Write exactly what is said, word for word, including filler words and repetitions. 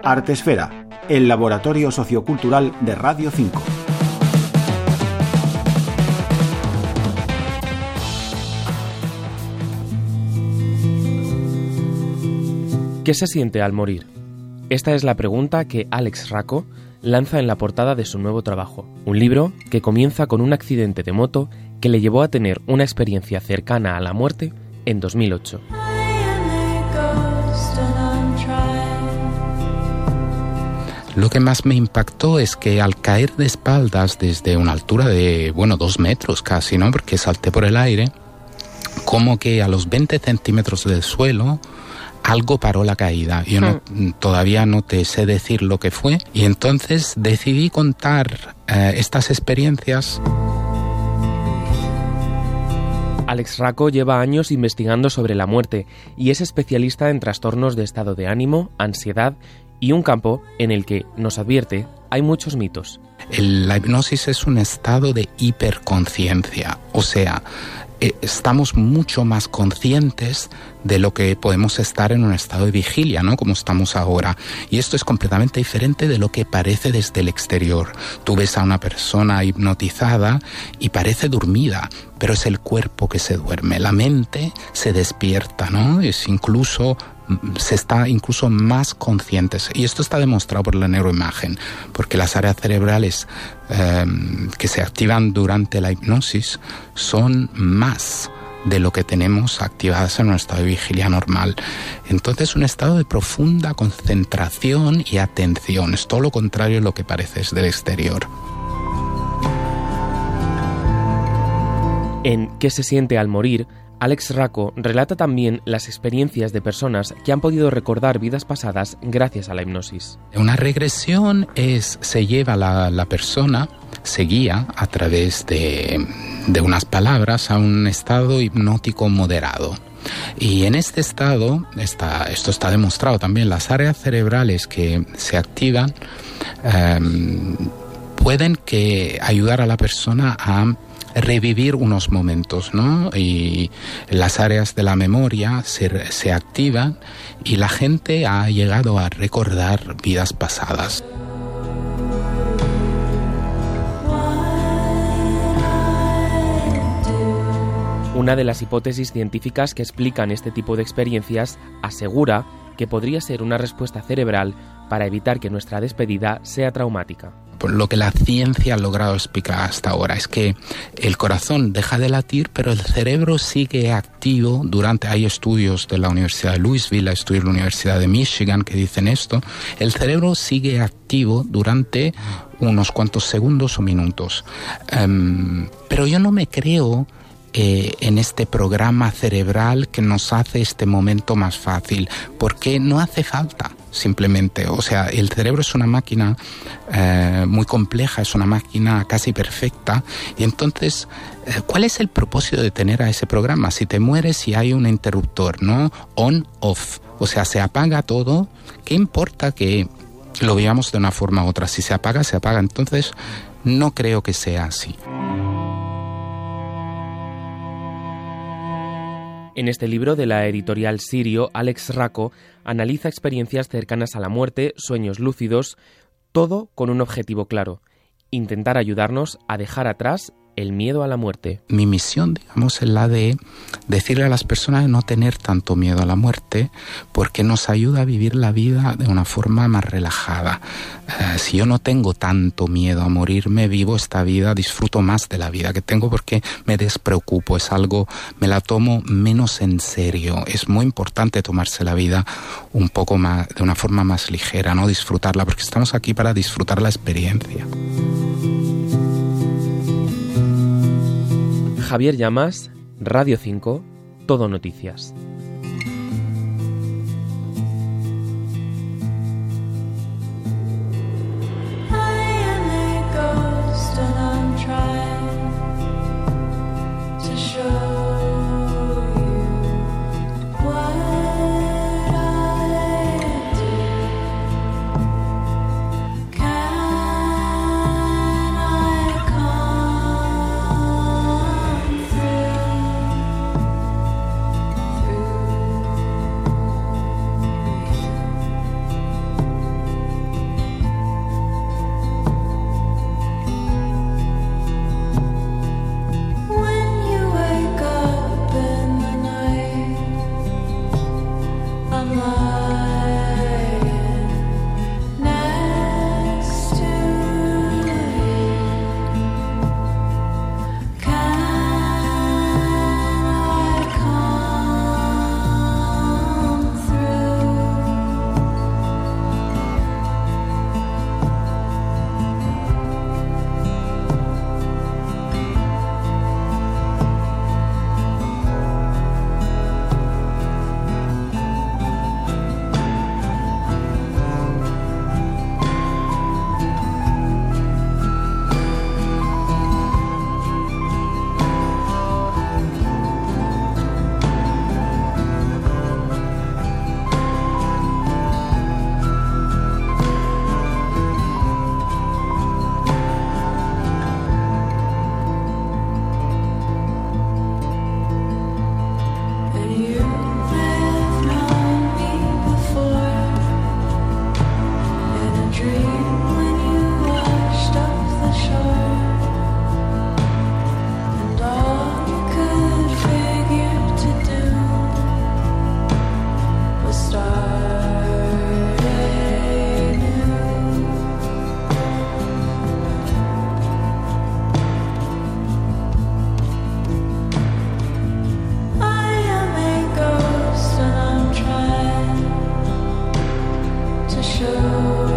Artesfera, el laboratorio sociocultural de Radio cinco. ¿Qué se siente al morir? Esta es la pregunta que Alex Racco lanza en la portada de su nuevo trabajo, un libro que comienza con un accidente de moto que le llevó a tener una experiencia cercana a la muerte en dos mil ocho. Lo que más me impactó es que al caer de espaldas desde una altura de, bueno, dos metros casi, ¿no? Porque salté por el aire, como que a los veinte centímetros del suelo algo paró la caída. Yo no, todavía no te sé decir lo que fue. Y entonces decidí contar eh, estas experiencias. Alex Racco lleva años investigando sobre la muerte y es especialista en trastornos de estado de ánimo, ansiedad y un campo en el que, nos advierte, hay muchos mitos. El, la hipnosis es un estado de hiperconciencia, o sea, eh, estamos mucho más conscientes de lo que podemos estar en un estado de vigilia, ¿no? Como estamos ahora. Y esto es completamente diferente de lo que parece desde el exterior. Tú ves a una persona hipnotizada y parece dormida, pero es el cuerpo que se duerme. La mente se despierta, ¿no? Es incluso... se está incluso más conscientes. Y esto está demostrado por la neuroimagen, porque las áreas cerebrales eh, que se activan durante la hipnosis son más de lo que tenemos activadas en un estado de vigilia normal. Entonces, un estado de profunda concentración y atención. Es todo lo contrario de lo que parece desde el exterior. En ¿Qué se siente al morir?, Alex Racco relata también las experiencias de personas que han podido recordar vidas pasadas gracias a la hipnosis. Una regresión es, se lleva la, la persona, se guía a través de, de unas palabras a un estado hipnótico moderado. Y en este estado, está, esto está demostrado también, las áreas cerebrales que se activan eh, pueden que ayudar a la persona a revivir unos momentos, ¿no? Y las áreas de la memoria se, se activan y la gente ha llegado a recordar vidas pasadas. Una de las hipótesis científicas que explican este tipo de experiencias asegura que podría ser una respuesta cerebral para evitar que nuestra despedida sea traumática. Lo que la ciencia ha logrado explicar hasta ahora es que el corazón deja de latir, pero el cerebro sigue activo durante... Hay estudios de la Universidad de Louisville, hay estudios de la Universidad de Michigan que dicen esto. El cerebro sigue activo durante unos cuantos segundos o minutos. Um, pero yo no me creo... Eh, en este programa cerebral que nos hace este momento más fácil, porque no hace falta simplemente, o sea, el cerebro es una máquina eh, muy compleja, es una máquina casi perfecta, y entonces, eh, ¿cuál es el propósito de tener a ese programa? Si te mueres y hay un interruptor, ¿no? On, off, o sea, se apaga todo, ¿qué importa que lo veamos de una forma u otra? Si se apaga, se apaga, entonces no creo que sea así. En este libro de la editorial Sirio, Alex Racco analiza experiencias cercanas a la muerte, sueños lúcidos, todo con un objetivo claro: intentar ayudarnos a dejar atrás el miedo a la muerte. Mi misión, digamos, es la de decirle a las personas de no tener tanto miedo a la muerte, porque nos ayuda a vivir la vida de una forma más relajada. Eh, si yo no tengo tanto miedo a morirme, vivo esta vida, disfruto más de la vida que tengo porque me despreocupo, es algo, me la tomo menos en serio. Es muy importante tomarse la vida un poco más, de una forma más ligera, no disfrutarla, porque estamos aquí para disfrutar la experiencia. Javier Llamas, Radio cinco, Todo Noticias. show.